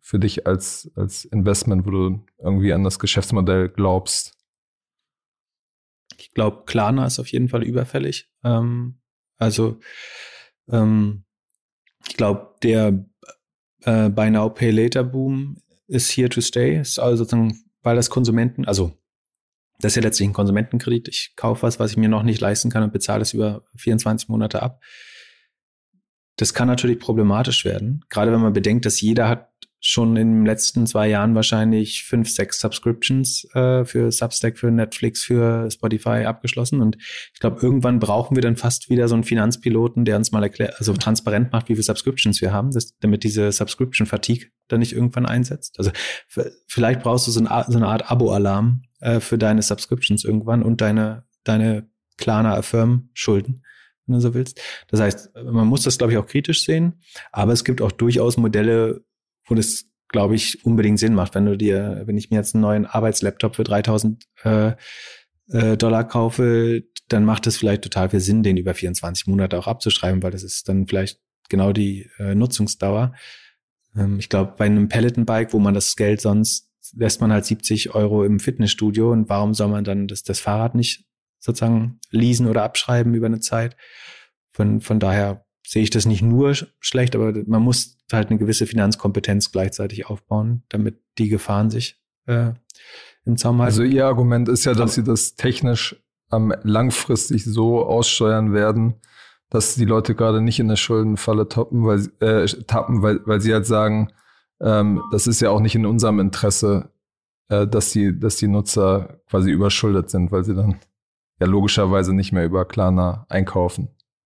für dich als, als Investment, wo du irgendwie an das Geschäftsmodell glaubst? Ich glaube, Klarna ist auf jeden Fall überfällig. Ähm, also ähm, ich glaube, der äh, Buy Now, Pay Later Boom ist here to stay. Ist also sozusagen, weil das Konsumenten, also das ist ja letztlich ein Konsumentenkredit. Ich kaufe was, was ich mir noch nicht leisten kann und bezahle es über vierundzwanzig Monate ab. Das kann natürlich problematisch werden, gerade wenn man bedenkt, dass jeder hat schon in den letzten zwei Jahren wahrscheinlich fünf, sechs Subscriptions äh, für Substack, für Netflix, für Spotify abgeschlossen. Und ich glaube, irgendwann brauchen wir dann fast wieder so einen Finanzpiloten, der uns mal erklärt, also transparent macht, wie viele Subscriptions wir haben, dass, damit diese Subscription-Fatigue dann nicht irgendwann einsetzt. Also f- vielleicht brauchst du so, ein, so eine Art Abo-Alarm äh, für deine Subscriptions irgendwann und deine, deine Klarna Affirm-Schulden, wenn du so willst. Das heißt, man muss das, glaube ich, auch kritisch sehen, aber es gibt auch durchaus Modelle, wo das, glaube ich, unbedingt Sinn macht. Wenn du dir, wenn ich mir jetzt einen neuen Arbeitslaptop für dreitausend äh, äh, Dollar kaufe, dann macht es vielleicht total viel Sinn, den über vierundzwanzig Monate auch abzuschreiben, weil das ist dann vielleicht genau die äh, Nutzungsdauer. Ähm, ich glaube, bei einem Peloton-Bike, wo man das Geld sonst, lässt man halt siebzig Euro im Fitnessstudio, und warum soll man dann das, das Fahrrad nicht sozusagen leasen oder abschreiben über eine Zeit? Von, von daher sehe ich das nicht nur schlecht, aber man muss halt eine gewisse Finanzkompetenz gleichzeitig aufbauen, damit die Gefahren sich äh, im Zaum halten. Also Ihr Argument ist ja, dass Sie das technisch ähm, langfristig so aussteuern werden, dass die Leute gerade nicht in der Schuldenfalle toppen, weil, äh, tappen, weil, weil sie halt sagen, ähm, das ist ja auch nicht in unserem Interesse, äh, dass die, dass die Nutzer quasi überschuldet sind, weil sie dann ja logischerweise nicht mehr über Klarna einkaufen.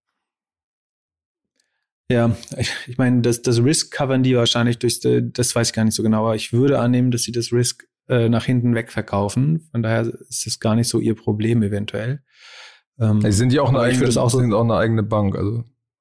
Ja, ich, ich meine, das, das Risk covern die wahrscheinlich durch, das weiß ich gar nicht so genau, aber ich würde annehmen, dass sie das Risk äh, nach hinten weg verkaufen. Von daher ist das gar nicht so ihr Problem eventuell. Ähm, Sie sind ja auch eine eigene, das auch so, sind auch eine eigene Bank, also.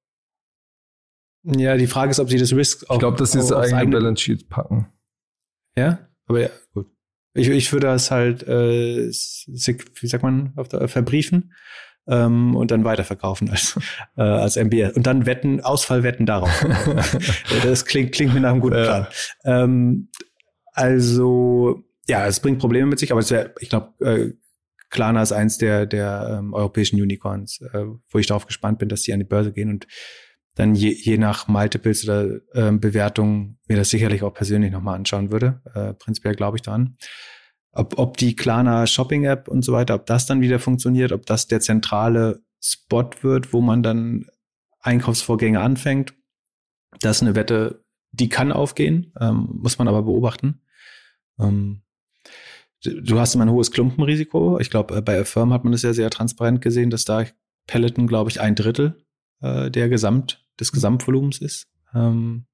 Ja, die Frage ist, ob sie das Risk auch. Ich glaube, dass sie das eigene, eigene Balance Sheet packen. Ja, aber ja, gut. Ich, ich würde das halt, äh, wie sagt man, auf der, verbriefen. Ähm, und dann weiterverkaufen als, äh, als M B S. Und dann wetten, Ausfallwetten darauf. Das klingt, klingt mir nach einem guten Plan. Ja. Ähm, also, ja, es bringt Probleme mit sich, aber es wär, ich glaube, äh, Klarna ist eins der, der ähm, europäischen Unicorns, äh, wo ich darauf gespannt bin, dass die an die Börse gehen und dann je, je nach Multiples oder äh, Bewertung mir das sicherlich auch persönlich nochmal anschauen würde. Äh, prinzipiell glaube ich daran. Ob, ob die Klarna Shopping-App und so weiter, ob das dann wieder funktioniert, ob das der zentrale Spot wird, wo man dann Einkaufsvorgänge anfängt, das ist eine Wette, die kann aufgehen, ähm, muss man aber beobachten. Ähm, du hast immer ein hohes Klumpenrisiko. Ich glaube, bei Affirm hat man das ja sehr transparent gesehen, dass da Peloton, glaube ich, ein Drittel äh, der Gesamt, des Gesamtvolumens ist. Ähm,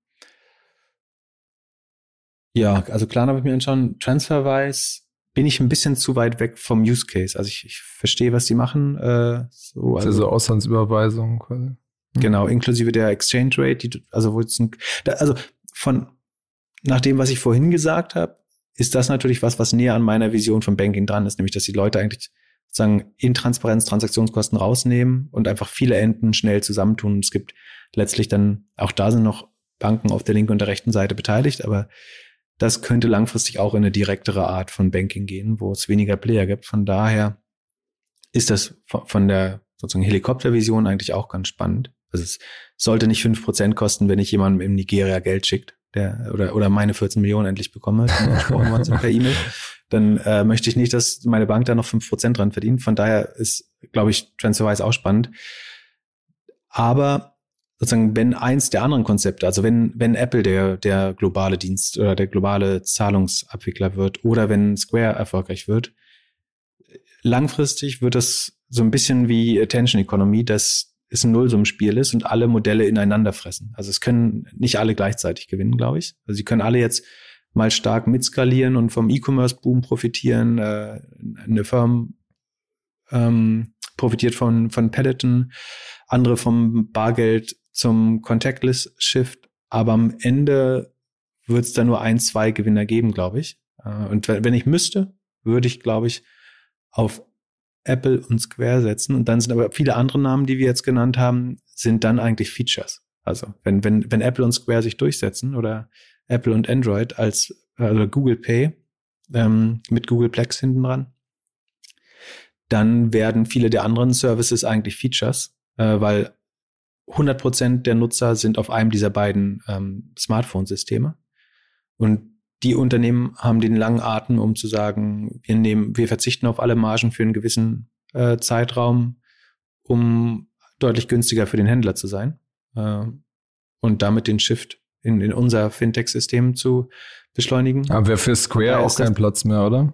ja, also Klarna habe ich mir anschauen. TransferWise bin ich ein bisschen zu weit weg vom Use Case. Also ich, ich verstehe, was die machen. Äh, so, also so Auslandsüberweisung quasi. Hm. Genau, inklusive der Exchange Rate. Die, also wo jetzt ein, da, also von nach dem, was ich vorhin gesagt habe, ist das natürlich was, was näher an meiner Vision von Banking dran ist, nämlich dass die Leute eigentlich sozusagen in Transparenz Transaktionskosten rausnehmen und einfach viele Enden schnell zusammentun. Es gibt letztlich dann, auch da sind noch Banken auf der linken und der rechten Seite beteiligt, aber das könnte langfristig auch in eine direktere Art von Banking gehen, wo es weniger Player gibt. Von daher ist das von der sozusagen Helikoptervision eigentlich auch ganz spannend. Also es sollte nicht fünf Prozent kosten, wenn ich jemandem in Nigeria Geld schickt, der oder oder meine vierzehn Millionen endlich bekomme, die gesprochen worden sind per E-Mail. Dann äh, möchte ich nicht, dass meine Bank da noch fünf Prozent dran verdient. Von daher ist, glaube ich, TransferWise auch spannend. Aber sozusagen, wenn eins der anderen Konzepte, also wenn wenn Apple der der globale Dienst oder der globale Zahlungsabwickler wird oder wenn Square erfolgreich wird, langfristig wird das so ein bisschen wie Attention Economy, dass es ein Nullsummenspiel ist und alle Modelle ineinander fressen. Also es können nicht alle gleichzeitig gewinnen, glaube ich. Also sie können alle jetzt mal stark mitskalieren und vom E-Commerce-Boom profitieren. Äh, eine Firma ähm, profitiert von von Peloton, andere vom Bargeld zum Contactless-Shift, aber am Ende wird es da nur ein, zwei Gewinner geben, glaube ich. Und wenn ich müsste, würde ich, glaube ich, auf Apple und Square setzen. Und dann sind aber viele andere Namen, die wir jetzt genannt haben, sind dann eigentlich Features. Also wenn, wenn, wenn Apple und Square sich durchsetzen oder Apple und Android als also Google Pay ähm, mit Google Plex hinten dran, dann werden viele der anderen Services eigentlich Features, äh, weil hundert Prozent der Nutzer sind auf einem dieser beiden ähm, Smartphone-Systeme. Und die Unternehmen haben den langen Atem, um zu sagen, wir nehmen, wir verzichten auf alle Margen für einen gewissen äh, Zeitraum, um deutlich günstiger für den Händler zu sein äh, und damit den Shift in, in unser Fintech-System zu beschleunigen. Aber wäre für Square auch kein Platz mehr, oder?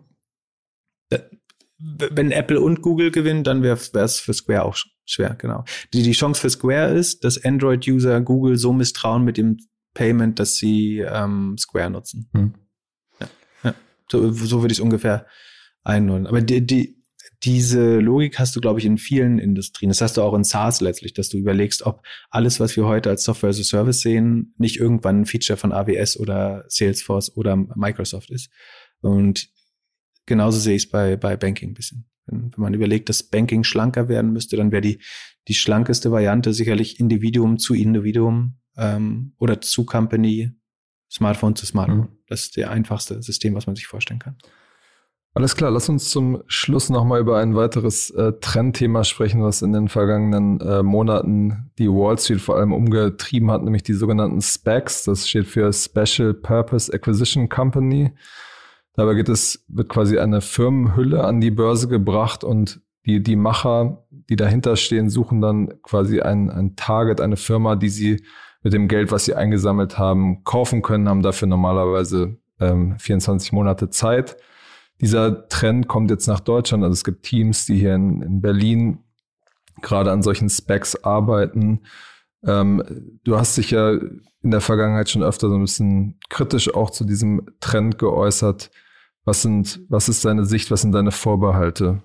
Wenn Apple und Google gewinnen, dann wäre es für Square auch schwer, genau. Die, die Chance für Square ist, dass Android-User Google so misstrauen mit dem Payment, dass sie ähm, Square nutzen. Hm. Ja, ja. So, so würde ich es ungefähr einordnen. Aber die, die, diese Logik hast du, glaube ich, in vielen Industrien. Das hast du auch in SaaS letztlich, dass du überlegst, ob alles, was wir heute als Software as a Service sehen, nicht irgendwann ein Feature von A W S oder Salesforce oder Microsoft ist. Und genauso sehe ich es bei, bei Banking ein bisschen. Wenn, wenn man überlegt, dass Banking schlanker werden müsste, dann wäre die, die schlankeste Variante sicherlich Individuum zu Individuum ähm, oder zu Company, Smartphone zu Smartphone. Mhm. Das ist der einfachste System, was man sich vorstellen kann. Alles klar, lass uns zum Schluss nochmal über ein weiteres äh, Trendthema sprechen, was in den vergangenen äh, Monaten die Wall Street vor allem umgetrieben hat, nämlich die sogenannten SPACs. Das steht für Special Purpose Acquisition Company. Dabei geht es, wird quasi eine Firmenhülle an die Börse gebracht und die, die Macher, die dahinter stehen, suchen dann quasi ein, ein Target, eine Firma, die sie mit dem Geld, was sie eingesammelt haben, kaufen können, haben dafür normalerweise ähm, vierundzwanzig Monate Zeit. Dieser Trend kommt jetzt nach Deutschland. Also es gibt Teams, die hier in, in Berlin gerade an solchen Specs arbeiten. Ähm, du hast dich ja in der Vergangenheit schon öfter so ein bisschen kritisch auch zu diesem Trend geäußert. Was sind, was ist deine Sicht, was sind deine Vorbehalte?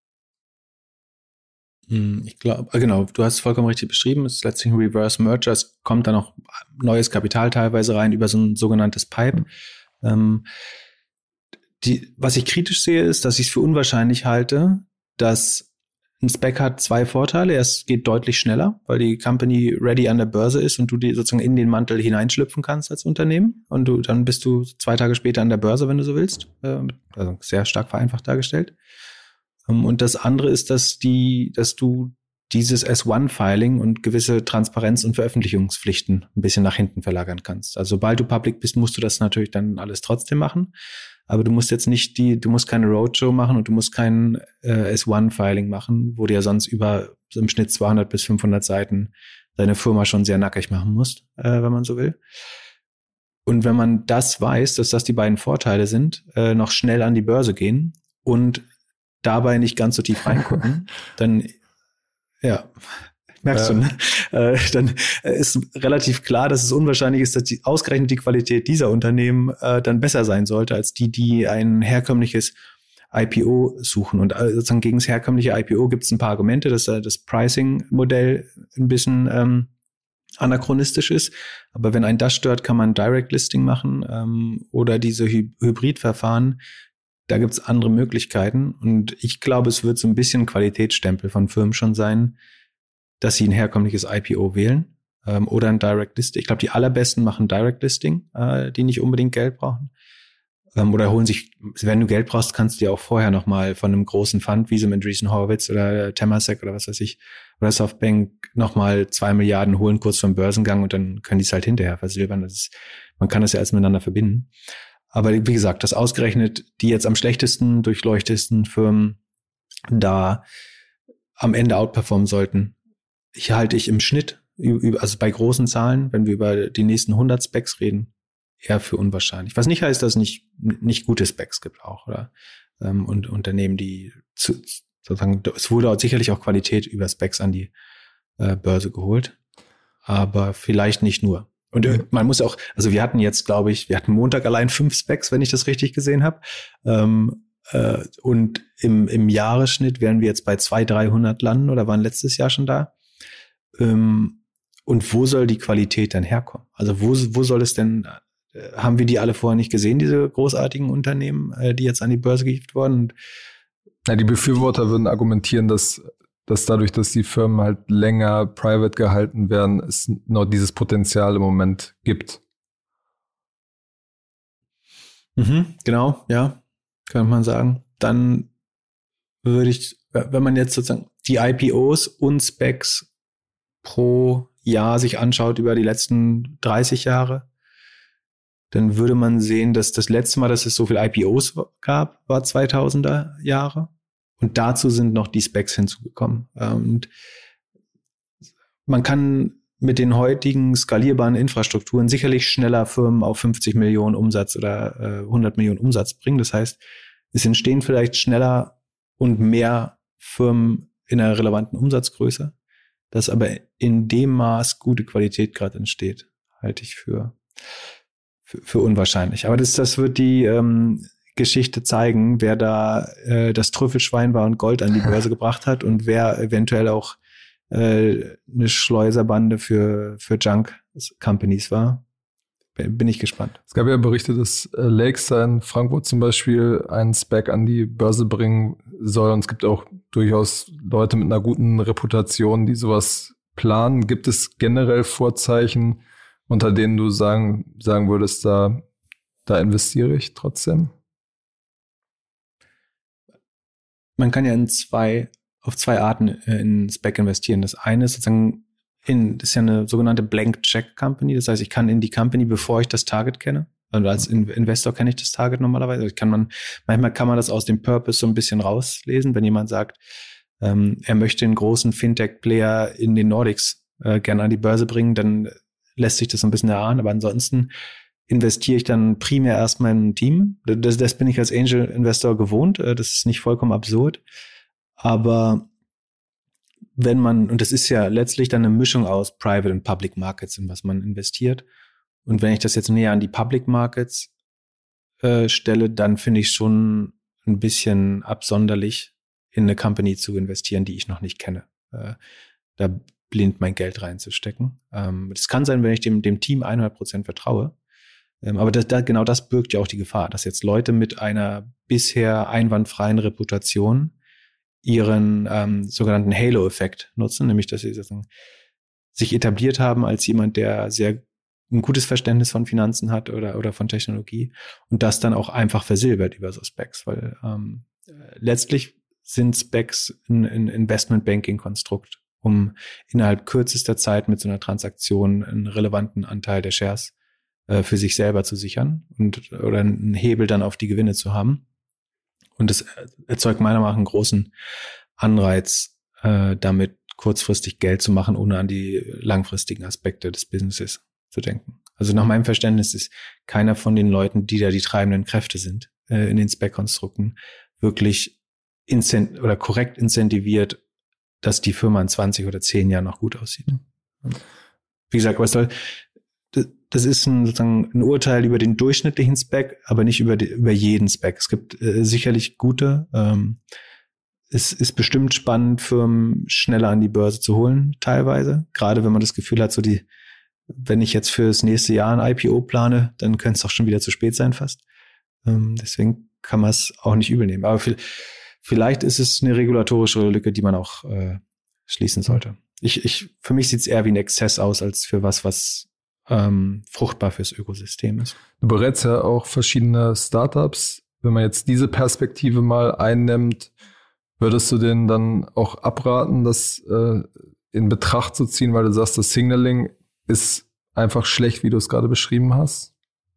Ich glaube, genau, du hast es vollkommen richtig beschrieben. Es ist letztlich ein Reverse Merger. Es kommt dann auch neues Kapital teilweise rein über so ein sogenanntes Pipe. Ähm, die, was ich kritisch sehe, ist, dass ich es für unwahrscheinlich halte, dass ein SPAC hat zwei Vorteile. Es geht deutlich schneller, weil die Company ready an der Börse ist und du die sozusagen in den Mantel hineinschlüpfen kannst als Unternehmen. Und du dann bist du zwei Tage später an der Börse, wenn du so willst. Also sehr stark vereinfacht dargestellt. Und das andere ist, dass die, dass du dieses S eins Filing und gewisse Transparenz- und Veröffentlichungspflichten ein bisschen nach hinten verlagern kannst. Also sobald du public bist, musst du das natürlich dann alles trotzdem machen. Aber du musst jetzt nicht die, du musst keine Roadshow machen und du musst kein äh, S eins Filing machen, wo du ja sonst über so im Schnitt zweihundert bis fünfhundert Seiten deine Firma schon sehr nackig machen musst, äh, wenn man so will. Und wenn man das weiß, dass das die beiden Vorteile sind, äh, noch schnell an die Börse gehen und dabei nicht ganz so tief reingucken, dann, ja, merkst ja. du, ne? Äh, dann ist relativ klar, dass es unwahrscheinlich ist, dass die, ausgerechnet die Qualität dieser Unternehmen äh, dann besser sein sollte, als die, die ein herkömmliches I P O suchen. Und äh, sozusagen gegen das herkömmliche I P O gibt es ein paar Argumente, dass äh, das Pricing-Modell ein bisschen ähm, anachronistisch ist. Aber wenn ein das stört, kann man Direct Listing machen ähm, oder diese Hy- Hybridverfahren. Da gibt es andere Möglichkeiten und ich glaube, es wird so ein bisschen Qualitätsstempel von Firmen schon sein, dass sie ein herkömmliches I P O wählen ähm, oder ein Direct Listing. Ich glaube, die allerbesten machen Direct Listing, äh, die nicht unbedingt Geld brauchen. Ähm, oder holen sich, wenn du Geld brauchst, kannst du dir auch vorher nochmal von einem großen Fund, wie so mit Andreessen Horowitz oder Temasek oder was weiß ich, oder Softbank nochmal zwei Milliarden holen, kurz vor dem Börsengang und dann können die es halt hinterher versilbern. Das ist, man kann das ja alles miteinander verbinden. Aber wie gesagt, das ausgerechnet die jetzt am schlechtesten durchleuchtesten Firmen da am Ende outperformen sollten. Ich halte ich im Schnitt, also bei großen Zahlen, wenn wir über die nächsten hundert Specs reden, eher für unwahrscheinlich. Was nicht heißt, dass es nicht, nicht gute Specs gibt auch, oder? Ähm, und Unternehmen, die zu, sozusagen, es wurde sicherlich auch Qualität über Specs an die äh, Börse geholt, aber vielleicht nicht nur. Und äh, man muss auch, also wir hatten jetzt, glaube ich, wir hatten Montag allein fünf Specs, wenn ich das richtig gesehen habe. Ähm, äh, und im, im Jahresschnitt werden wir jetzt bei zweihundert, dreihundert landen oder waren letztes Jahr schon da. Ähm, und wo soll die Qualität dann herkommen? Also wo, wo soll es denn, äh, haben wir die alle vorher nicht gesehen, diese großartigen Unternehmen, äh, die jetzt an die Börse gehievt wurden? Und ja, die Befürworter würden argumentieren, dass dass dadurch, dass die Firmen halt länger private gehalten werden, es noch dieses Potenzial im Moment gibt. Mhm, genau, ja, kann man sagen. Dann würde ich, wenn man jetzt sozusagen die I P Os und Specs pro Jahr sich anschaut über die letzten dreißig Jahre, dann würde man sehen, dass das letzte Mal, dass es so viele I P Os gab, war zweitausender Jahre. Und dazu sind noch die Specs hinzugekommen. Und man kann mit den heutigen skalierbaren Infrastrukturen sicherlich schneller Firmen auf fünfzig Millionen Umsatz oder äh, hundert Millionen Umsatz bringen. Das heißt, es entstehen vielleicht schneller und mehr Firmen in einer relevanten Umsatzgröße. Dass aber in dem Maß gute Qualität gerade entsteht, halte ich für, für, für unwahrscheinlich. Aber das, das wird die ähm, Geschichte zeigen, wer da äh, das Trüffelschwein war und Gold an die Börse gebracht hat und wer eventuell auch äh, eine Schleuserbande für, für Junk-Companies war. Bin ich gespannt. Es gab ja Berichte, dass äh, Lakestar in Frankfurt zum Beispiel einen Spec an die Börse bringen soll. Und es gibt auch durchaus Leute mit einer guten Reputation, die sowas planen. Gibt es generell Vorzeichen, unter denen du sagen, sagen würdest, da, da investiere ich trotzdem? Man kann ja in zwei, auf zwei Arten in Spec investieren. Das eine ist sozusagen In, das ist ja eine sogenannte Blank Check Company. Das heißt, ich kann in die Company, bevor ich das Target kenne. Also als Investor kenne ich das Target normalerweise. Ich kann man, manchmal kann man das aus dem Purpose so ein bisschen rauslesen, wenn jemand sagt, ähm, er möchte einen großen Fintech-Player in den Nordics äh, gerne an die Börse bringen, dann lässt sich das so ein bisschen erahnen. Aber ansonsten investiere ich dann primär erstmal in ein Team. Das, das bin ich als Angel-Investor gewohnt. Das ist nicht vollkommen absurd. Aber wenn man, und das ist ja letztlich dann eine Mischung aus Private und Public Markets, in was man investiert. Und wenn ich das jetzt näher an die Public Markets äh, stelle, dann finde ich schon ein bisschen absonderlich, in eine Company zu investieren, die ich noch nicht kenne. Äh, da blind mein Geld reinzustecken. Ähm, das kann sein, wenn ich dem, dem Team hundert Prozent vertraue. Ähm, aber das, da, genau das birgt ja auch die Gefahr, dass jetzt Leute mit einer bisher einwandfreien Reputation ihren ähm, sogenannten Halo-Effekt nutzen, nämlich dass sie sozusagen sich etabliert haben als jemand, der sehr ein gutes Verständnis von Finanzen hat oder oder von Technologie und das dann auch einfach versilbert über so Specs, weil ähm, letztlich sind Specs ein, ein Investment-Banking-Konstrukt, um innerhalb kürzester Zeit mit so einer Transaktion einen relevanten Anteil der Shares äh, für sich selber zu sichern und oder einen Hebel dann auf die Gewinne zu haben. Und das erzeugt meiner Meinung nach einen großen Anreiz, äh, damit kurzfristig Geld zu machen, ohne an die langfristigen Aspekte des Businesses zu denken. Also nach meinem Verständnis ist keiner von den Leuten, die da die treibenden Kräfte sind, äh, in den Spec-Konstrukten, wirklich incent- oder korrekt incentiviert, dass die Firma in zwanzig oder zehn Jahren noch gut aussieht. Wie gesagt, was soll, das ist ein, sozusagen ein Urteil über den durchschnittlichen Spec, aber nicht über, die, über jeden Spec. Es gibt äh, sicherlich gute. Ähm, es ist bestimmt spannend, Firmen schneller an die Börse zu holen, teilweise. Gerade wenn man das Gefühl hat, so die, wenn ich jetzt für das nächste Jahr ein I P O plane, dann könnte es auch schon wieder zu spät sein fast. Ähm, deswegen kann man es auch nicht übel nehmen. Aber viel, vielleicht ist es eine regulatorische Lücke, die man auch äh, schließen sollte. Ich, ich, für mich sieht es eher wie ein Exzess aus, als für was, was ähm, fruchtbar fürs Ökosystem ist. Du berätst ja auch verschiedene Startups. Wenn man jetzt diese Perspektive mal einnimmt, würdest du denen dann auch abraten, das äh, in Betracht zu ziehen, weil du sagst, das Signaling ist einfach schlecht, wie du es gerade beschrieben hast?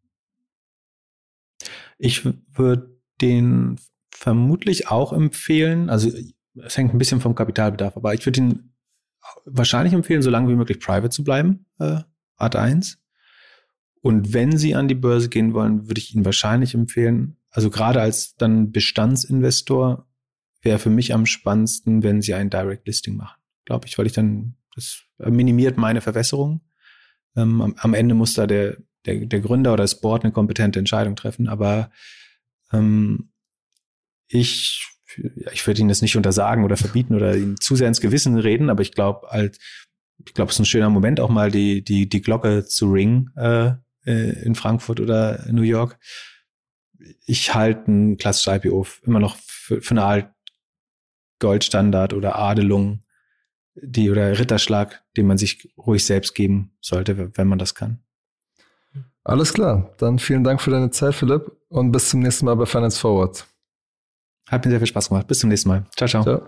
Ich würde den vermutlich auch empfehlen, also es hängt ein bisschen vom Kapitalbedarf, aber ich würde ihn wahrscheinlich empfehlen, so lange wie möglich private zu bleiben, äh, Art eins. Und wenn sie an die Börse gehen wollen, würde ich ihnen wahrscheinlich empfehlen, also gerade als dann Bestandsinvestor wäre für mich am spannendsten, wenn sie ein Direct Listing machen, glaube ich, weil ich dann, das minimiert meine Verwässerung. Ähm, am, am Ende muss da der, der, der Gründer oder das Board eine kompetente Entscheidung treffen, aber ähm, ich, ich würde ihnen das nicht untersagen oder verbieten oder ihnen zu sehr ins Gewissen reden, aber ich glaube halt, ich glaube, es ist ein schöner Moment, auch mal die, die, die Glocke zu ringen äh, in Frankfurt oder New York. Ich halte ein klassisches I P O immer noch für, für eine Art Goldstandard oder Adelung, die oder Ritterschlag, den man sich ruhig selbst geben sollte, wenn man das kann. Alles klar, dann vielen Dank für deine Zeit, Philipp, und bis zum nächsten Mal bei Finance Forward. Hat mir sehr viel Spaß gemacht. Bis zum nächsten Mal. Ciao, ciao. Ciao.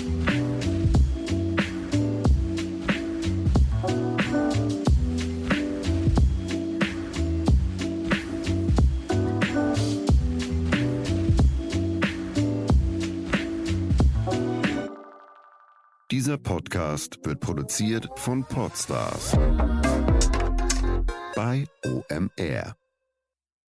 Dieser Podcast wird produziert von Podstars bei O M R.